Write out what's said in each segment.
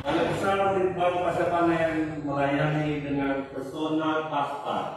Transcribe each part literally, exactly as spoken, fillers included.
Balai Besar Litbang Pasca Panen melayani dengan pesona pasca.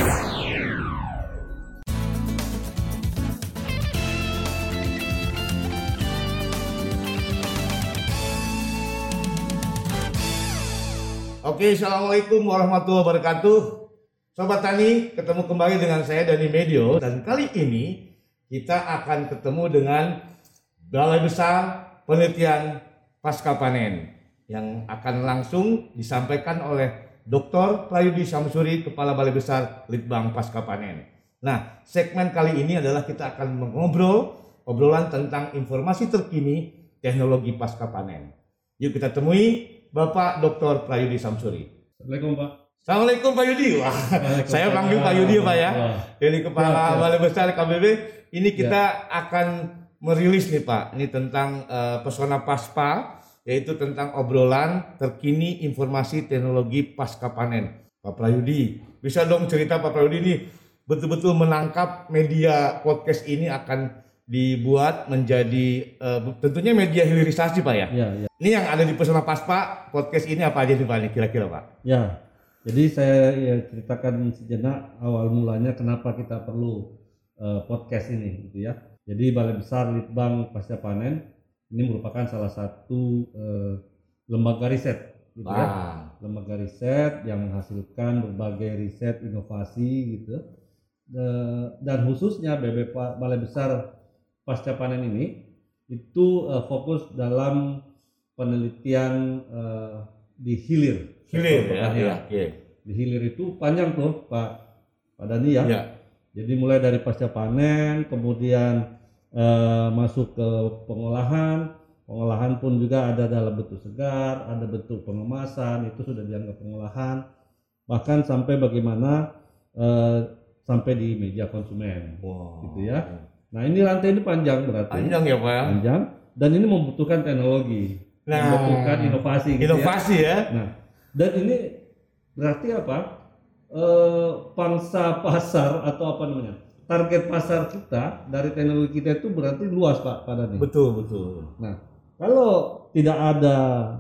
Oke, assalamualaikum warahmatullahi wabarakatuh. Sobat Tani, ketemu kembali dengan saya Dani Medio, dan kali ini kita akan ketemu dengan Balai Besar Penelitian Pasca Panen yang akan langsung disampaikan oleh Doktor Prayudi Samsuri, Kepala Balai Besar Litbang Pasca Panen. Nah, segmen kali ini adalah kita akan mengobrol obrolan tentang informasi terkini teknologi pasca panen. Yuk kita temui Bapak Doktor Prayudi Samsuri. Assalamualaikum Pak. Assalamualaikum Pak Yudi. Wah, saya panggil Pak Yudi Pak ya. Jadi Kepala ya, ya. Balai Besar K B B. Ini kita ya. akan merilis nih Pak. Ini tentang uh, pesona pasca, yaitu tentang obrolan terkini informasi teknologi pasca panen. Pak Prayudi, bisa dong cerita Pak Prayudi ini betul-betul menangkap media podcast ini akan dibuat menjadi uh, tentunya media hilirisasi Pak ya. Ya, ya. Ini yang ada di pesona pasca podcast ini apa aja nih Pak? Kira-kira Pak? Ya. Jadi saya ya, ceritakan sejenak awal mulanya kenapa kita perlu uh, podcast ini, gitu ya. Jadi Balai Besar Litbang Pasca Panen ini merupakan salah satu uh, lembaga riset, gitu ah. ya. Lembaga riset yang menghasilkan berbagai riset inovasi, gitu. Uh, dan khususnya B B Balai Besar Pasca Panen ini itu uh, fokus dalam penelitian uh, di hilir. Hilir ya, ya, ya. Di hilir itu panjang tuh Pak Pak Dani ya. ya. Jadi mulai dari pasca panen, kemudian eh, masuk ke pengolahan, pengolahan pun juga ada dalam bentuk segar, ada bentuk pengemasan, itu sudah dianggap pengolahan, bahkan sampai bagaimana eh, sampai di meja konsumen, wow. gitu ya. Nah ini rantai ini panjang berarti. Panjang ya Pak. Panjang, dan ini membutuhkan teknologi, nah, membutuhkan inovasi. Gitu inovasi ya. ya. Nah, dan ini berarti apa? E, pangsa pasar atau apa namanya? Target pasar kita dari teknologi kita itu berarti luas Pak pada nih. Betul betul. Nah, kalau tidak ada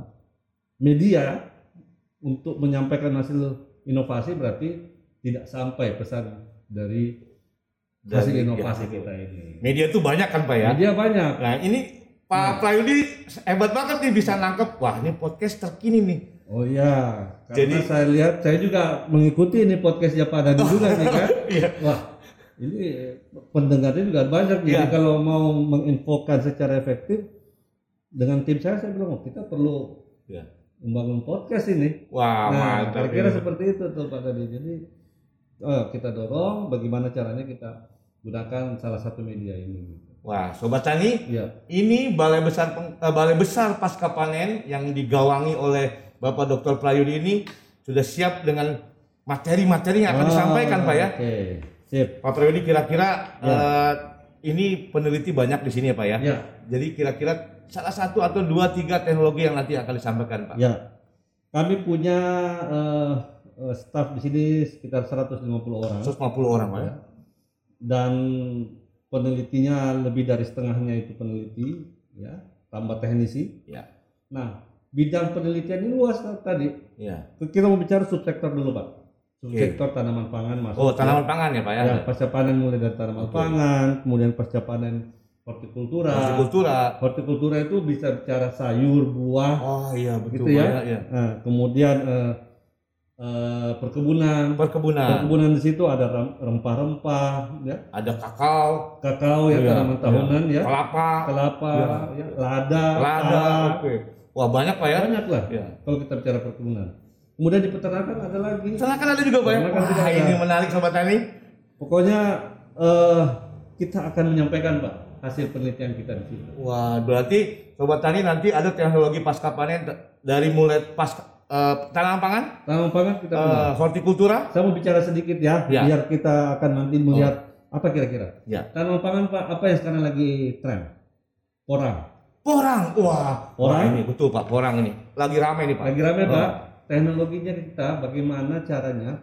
media untuk menyampaikan hasil inovasi berarti tidak sampai pesan dari hasil dari, inovasi ya, kita ini. Media itu banyak kan Pak ya? Media banyak. Nah ini Pak nah. Prayudi hebat banget nih bisa nangkep. Wah ini podcast terkini nih. Oh iya, karena jadi saya lihat, saya juga mengikuti ini podcastnya Pak Dani juga nih kan. Iya. Wah, ini pendengarnya juga banyak. Jadi ya. Kalau mau menginfokan secara efektif dengan tim saya, saya bilang oh, kita perlu ya. membangun podcast ini. Wah, nah, kira-kira seperti itu tuh Pak Dani. Jadi oh, kita dorong bagaimana caranya kita gunakan salah satu media ini. Wah, Sobat Tani, ya. ini Balai Besar Balai Besar Pasca Panen yang digawangi oleh Bapak Doktor Prayudi ini sudah siap dengan materi-materi yang akan oh, disampaikan Pak ya. Oke, okay. Sip. Pak Prayudi kira-kira ya. uh, ini peneliti banyak di sini ya Pak ya. ya. Jadi kira-kira salah satu atau dua tiga teknologi yang nanti akan disampaikan Pak. Ya. Kami punya uh, uh, staf di sini sekitar seratus lima puluh orang. seratus lima puluh orang Pak ya. Dan penelitinya lebih dari setengahnya itu peneliti ya, tambah teknisi. Ya. Nah, bidang penelitian ini luas tadi. Ya. Kita mau bicara subsektor dulu Pak. Subsektor okay. tanaman pangan masuk. Oh, tanaman ya. pangan ya Pak ya. Ya, pasca panen mulai dari tanaman okay. pangan, kemudian pasca panen hortikultura. Hortikultura. Hortikultura itu bisa bicara sayur, buah. Oh iya betul gitu ya. Pak, ya. Nah, kemudian eh, eh, perkebunan. Perkebunan. Perkebunan di situ ada rempah-rempah ya. Ada kakao. Kakao ya, ya tanaman tahunan ya. ya. Kelapa. Kelapa ya. Ya. Lada. Lada. Oke. Okay. Wah banyak Pak ya? Banyak lah ya. Kalau kita bicara perkebunan. Kemudian di peternakan ada lagi. Peternakan ada juga Pak ya? Wah ini menarik Sobat Tani. Pokoknya uh, kita akan menyampaikan Pak hasil penelitian kita di sini. Wah berarti Sobat Tani nanti ada teknologi pasca panen dari mulai pas uh, tanaman pangan? Tanaman pangan kita uh, hortikultura? Saya mau bicara sedikit ya, ya. biar kita akan nanti melihat oh. apa kira-kira. Ya. Tanaman pangan Pak, apa yang sekarang lagi tren? Porang. Porang, wah, porang wah, ini betul Pak, porang ini lagi ramai nih Pak. Lagi ramai oh. Pak. Teknologinya kita bagaimana caranya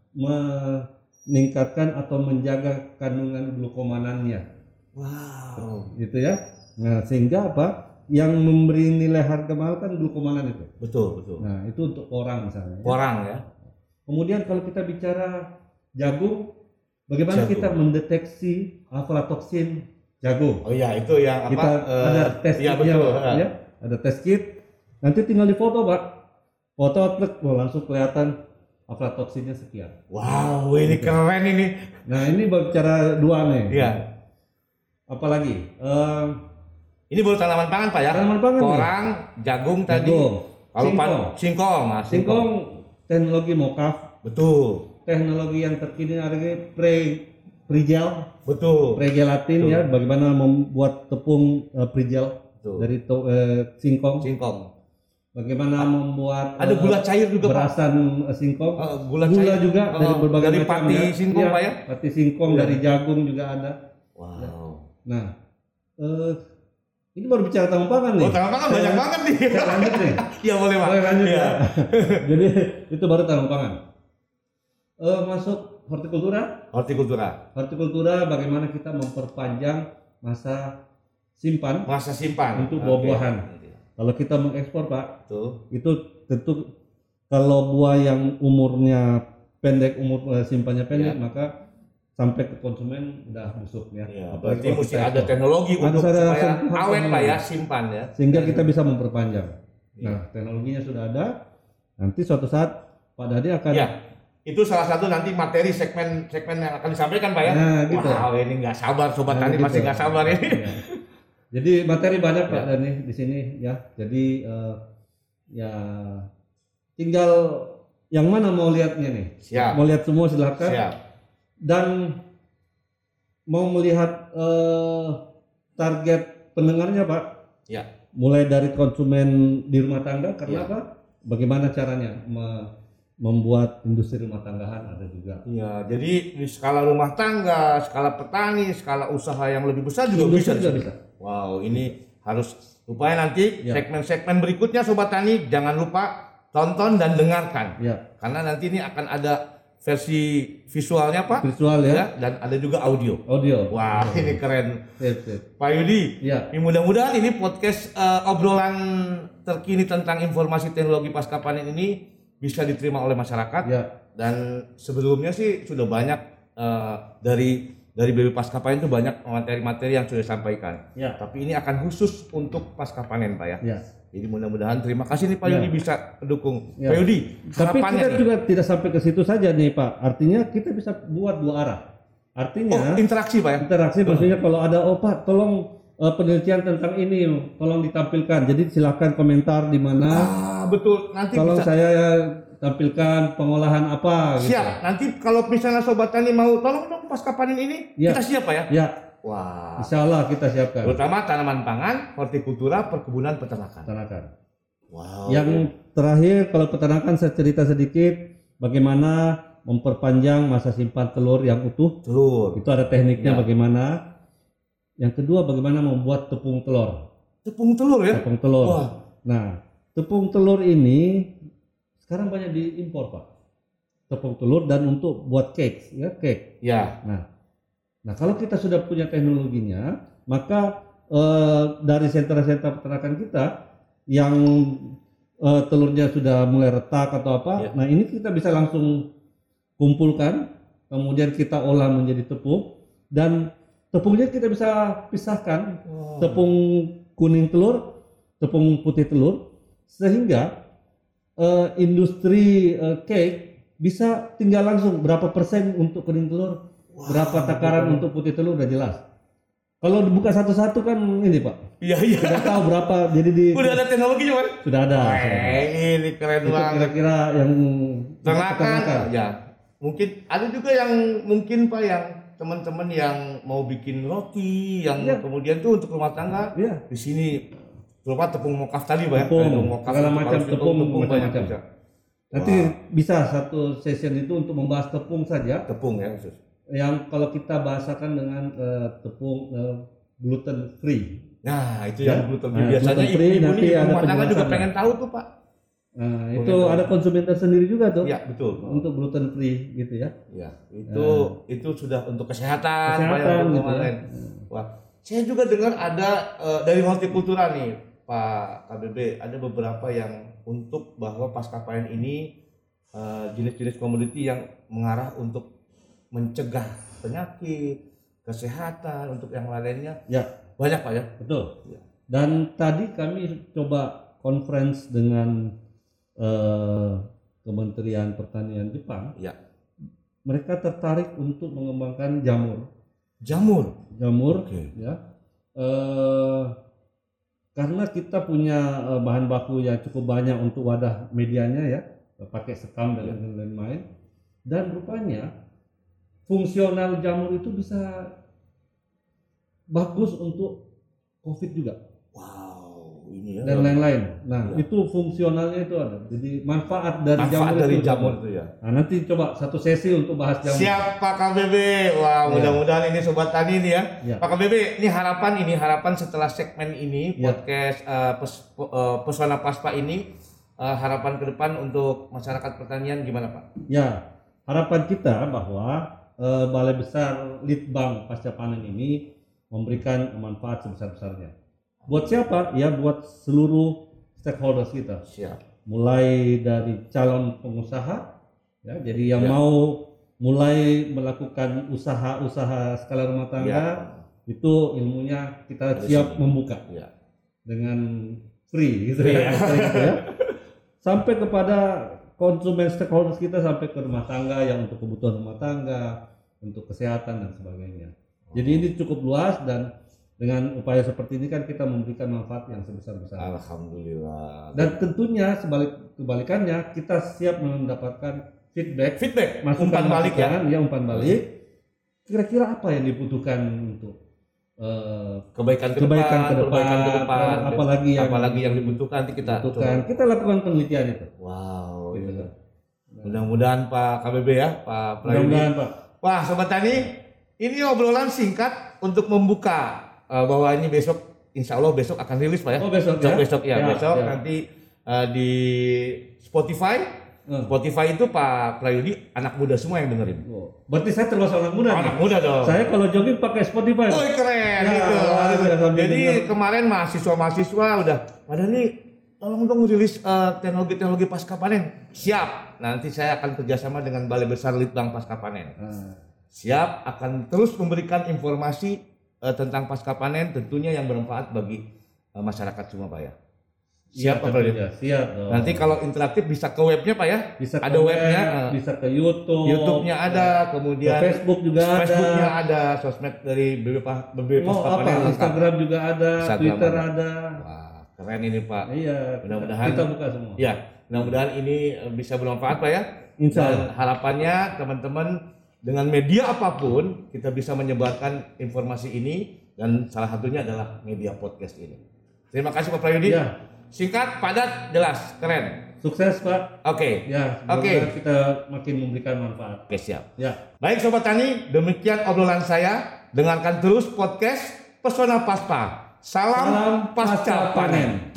meningkatkan atau menjaga kandungan glukomanannya. Wow. Gitu ya. Nah sehingga apa? yang memberi nilai harga mahal kan glukomalan itu. Betul, betul. Nah, itu untuk orang misalnya. Ya. Orang ya. Kemudian kalau kita bicara jagung, bagaimana Jagung. kita mendeteksi aflatoksin jagung? Oh iya, itu yang apa? Kita eh, ada tes iya, kitnya, betul. Pak, ya. Ada tes kit. Nanti tinggal difoto, Pak. Foto klik, oh, langsung kelihatan aflatoksinnya sekian. Wow, ini keren ini. Nah, ini bicara dua nih. Iya. Apalagi? Ehm, Ini baru tanaman pangan, Pak ya? Tanaman pangan, Korang, jagung tadi. jagung, Kalau singkong. pan- singkong, Mas. Singkong teknologi mokaf, Betul. teknologi yang terkini ada pre pre-gel, Betul. pre-gelatin Betul. ya, bagaimana membuat tepung uh, pre-gel Betul. dari to, eh, singkong, Singkong. bagaimana membuat Ada eh, gula cair juga, Pak. berasan eh, singkong, Eh, gula, gula cair juga Oh, dari berbagai dari macam pati ya. singkong, Iya, Pak ya? pati singkong Iya. dari jagung juga ada. Wow. Nah, eh, ini baru bicara tanaman pangan nih. Oh, tanaman pangan banyak banget nih. Saya lanjut nih. Iya, boleh, Pak. Boleh lanjut Iya. ya. Jadi itu baru tanaman pangan. Eh, masuk hortikultura. Hortikultura. Hortikultura bagaimana kita memperpanjang masa simpan Masa simpan untuk Oke. buah-buahan. Kalau kita mengekspor, Pak, Tuh. itu tentu kalau buah yang umurnya pendek, umur eh, simpannya pendek, Iya. maka sampai ke konsumen udah busuk ya. Iya, Apalagi berarti kalau mesti kita ada ekspor. teknologi Harus untuk ada supaya sentuhan awet, Pak ya, teknologi. simpan ya. Sehingga kita bisa memperpanjang. Iya. Nah, teknologinya sudah ada. Nanti suatu saat Pak Dadi akan Iya. Itu salah satu nanti materi segmen segmen yang akan disampaikan, Pak ya. Nah, gitu. Wow, ini nggak sabar sobat Nah, tani gitu. masih nggak sabar ini. Ya. Jadi materi banyak Pak Ya. Dani di sini ya. Jadi eh, ya tinggal yang mana mau lihatnya nih. Siap. Mau lihat semua silakan. Siap. Dan mau melihat eh, target pendengarnya Pak. Ya. Mulai dari konsumen di rumah tangga karena Ya. apa? Bagaimana caranya me- membuat industri rumah tanggahan ada juga. Iya, jadi di skala rumah tangga, skala petani, skala usaha yang lebih besar juga Industri bisa. juga di sini. bisa. Wow, ini harus supaya nanti Ya. segmen-segmen berikutnya sobat tani jangan lupa tonton dan dengarkan. Ya, Karena nanti ini akan ada versi visualnya, Pak. visual ya, Ya, dan ada juga audio. audio. Wah, ini keren. Sip, sip. Pak Yudi, Ya. ini mudah-mudahan ini podcast eh, obrolan terkini tentang informasi teknologi pasca panen ini bisa diterima oleh masyarakat. Ya. Dan sebelumnya sih sudah banyak eh, dari dari B B Pasca Panen itu banyak materi-materi yang sudah disampaikan. Ya. Tapi ini akan khusus untuk pasca panen, Pak ya. Ya. Jadi mudah-mudahan terima kasih nih Pak Ya. Yudi bisa mendukung. Ya. Pak Yudi, Tapi harapannya kita nih. juga tidak sampai ke situ saja nih Pak. Artinya kita bisa buat dua arah. Oh, Artinya interaksi Pak ya. interaksi maksudnya kalau ada oh Pak tolong eh, penelitian tentang ini tolong ditampilkan. Jadi silakan komentar di mana. Ah, betul. Nanti Tolong bisa. saya tampilkan pengolahan apa gitu. Siap. Nanti kalau misalnya sobat tani mau tolong dong pasca panen ini, Ya. kita siap Pak ya. Ya, Wah. insya Allah kita siapkan. Terutama tanaman pangan, hortikultura, perkebunan, peternakan. Peternakan. Wow. Yang terakhir kalau peternakan saya cerita sedikit bagaimana memperpanjang masa simpan telur yang utuh. telur. Itu ada tekniknya Ya. bagaimana. Yang kedua bagaimana membuat tepung telur. Tepung telur ya. Tepung telur. Wah. Nah, tepung telur ini sekarang banyak diimpor Pak. Tepung telur dan untuk buat cake, ya cake. Ya. Nah, nah kalau kita sudah punya teknologinya, maka eh, dari sentra-sentra peternakan kita yang eh, telurnya sudah mulai retak atau apa, Ya. nah ini kita bisa langsung kumpulkan, kemudian kita olah menjadi tepung dan tepungnya kita bisa pisahkan, Wow. tepung kuning telur, tepung putih telur, sehingga eh, industri eh, cake bisa tinggal langsung berapa persen untuk kuning telur, Wow, berapa takaran betul. untuk putih telur udah jelas. Kalau dibuka satu-satu kan ini Pak, Iya iya. tidak tahu berapa, jadi di Udah ada teknologinya Pak. sudah ada. Wah, ini keren Itu banget. kira-kira yang Ternakan. Ya. Mungkin ada juga yang mungkin Pak yang teman-teman yang mau bikin roti, yang Iya. kemudian tuh untuk rumah tangga Iya. di sini terutama tepung mokaf tadi Pak. ya. Tepung, Tepung mokaf, segala itu macam kalau tepung, tepung banyak macam-macam. bisa. Nanti Wah. bisa satu session itu untuk membahas tepung saja, Tepung ya khusus. yang kalau kita bahasakan dengan eh, tepung eh, gluten free. Nah, itu Ya. yang gluten Nah, biasanya gluten free ibu-ibu nanti ini ada rumah tangga juga penjelasannya. pengen tahu tuh Pak. Nah, Oh, itu gitu. ada konsumen tersendiri juga tuh Iya, betul. untuk gluten free gitu ya. Ya, itu itu sudah untuk kesehatan, Pak, Kesehatan untuk gitu ya. kemarin. Wah, saya juga dengar ada eh, dari hortikultura nih, Pak Pak K B B, ada beberapa yang untuk bahwa pasca panen ini uh, jenis-jenis komoditi yang mengarah untuk mencegah penyakit, kesehatan, untuk yang lainnya. Ya, banyak Pak ya. betul. Ya. Dan tadi kami coba conference dengan uh, Kementerian Pertanian Jepang. Ya. Mereka tertarik untuk mengembangkan jamur. Jamur. Jamur, Oke. ya. Uh, karena kita punya uh, bahan baku yang cukup banyak untuk wadah medianya ya, pakai sekam dan lain-lain. Dan rupanya fungsional jamur itu bisa bagus untuk COVID juga. Wow, ini ya. Dan lain-lain. Nah, Ya. itu fungsionalnya itu ada. Jadi manfaat dari Manfaat jamur dari itu jamur ada. itu ya. Nah, nanti coba satu sesi untuk bahas jamur. Siap Pak K B B. Wah, Ya. mudah-mudahan ini sobat tani nih ya. Ya. Pak K B B, ini harapan ini harapan setelah segmen ini Ya. podcast uh, pes- uh, Pesona Paspa ini uh, harapan ke depan untuk masyarakat pertanian gimana Pak? Ya, harapan kita bahwa eh, Balai Besar Litbang Pasca Panen ini memberikan manfaat sebesar-besarnya. Buat siapa? Ya buat seluruh stakeholders kita. Siap. Mulai dari calon pengusaha, ya, jadi yang Ya. mau mulai melakukan usaha-usaha skala rumah tangga, Ya. itu ilmunya kita Dari siap sini. membuka Ya. dengan free gitu ya, gitu ya. Sampai kepada konsumen stakeholders kita, sampai ke rumah tangga yang untuk kebutuhan rumah tangga, untuk kesehatan dan sebagainya. Jadi ini cukup luas, dan dengan upaya seperti ini kan kita memberikan manfaat yang sebesar-besarnya. Alhamdulillah. Dan tentunya sebalik kebalikannya, kita siap mendapatkan feedback, feedback, masukan umpan balik ya. masukan, ya umpan balik. Kira-kira apa yang dibutuhkan untuk eh, Kebaikan ke kebaikan depan, ke depan, perbaikan ke depan. apalagi yang apalagi yang dibutuhkan nanti kita butuhkan. coba. Kita lakukan penelitian itu. Wow, Gitu ini. kan. Mudah-mudahan Pak K B B ya, Pak Prayudi. Mudah-mudahan Pak. Wah, sobat tani, ini obrolan singkat untuk membuka uh, bahwa ini besok, insya Allah besok akan rilis Pak ya. Oh besok besok, ya? besok ya, Ya, besok ya. nanti uh, di Spotify. Hmm. Spotify itu Pak Prayudi anak muda semua yang dengerin. Oh, berarti saya termasuk anak muda. Anak nih? muda dong. Saya kalau jogging pakai Spotify. Oh keren Ya, gitu. ya, sambil Jadi denger. kemarin mahasiswa-mahasiswa udah pada nih tolong dong rilis uh, teknologi-teknologi pasca panen. Siap. Nanti saya akan kerjasama dengan Balai Besar Litbang Pasca Panen. Nah, Siap, akan terus memberikan informasi uh, tentang pasca panen tentunya yang bermanfaat bagi uh, masyarakat semua Pak ya. Siap Pak Prayudi. tentunya. Siap dong. Nanti kalau interaktif bisa ke webnya Pak ya. bisa ke ada web, webnya, uh, bisa ke YouTube. YouTube-nya ada, ke kemudian Facebook juga Facebooknya ada. ada, sosmed dari B B Pa- B B Oh, Pasca apa? Panen lengkap. Instagram juga ada, Instagram Twitter ada. ada. Wah, keren ini Pak. Iya. Mudah-mudahan- kita buka semua. Ya, mudah-mudahan ini uh, bisa bermanfaat Pak ya. Insya Dan Allah. harapannya teman-teman dengan media apapun kita bisa menyebarkan informasi ini, dan salah satunya adalah media podcast ini. Terima kasih Pak Prayudi. Ya. Singkat, padat, jelas, keren. Sukses Pak. Oke. Ya, Oke. semoga kita makin memberikan manfaat. Oke, siap. Ya. Baik Sobat Tani, demikian obrolan saya. Dengarkan terus podcast Pesona Paspa. Salam, Salam pasca pasca panen. panen.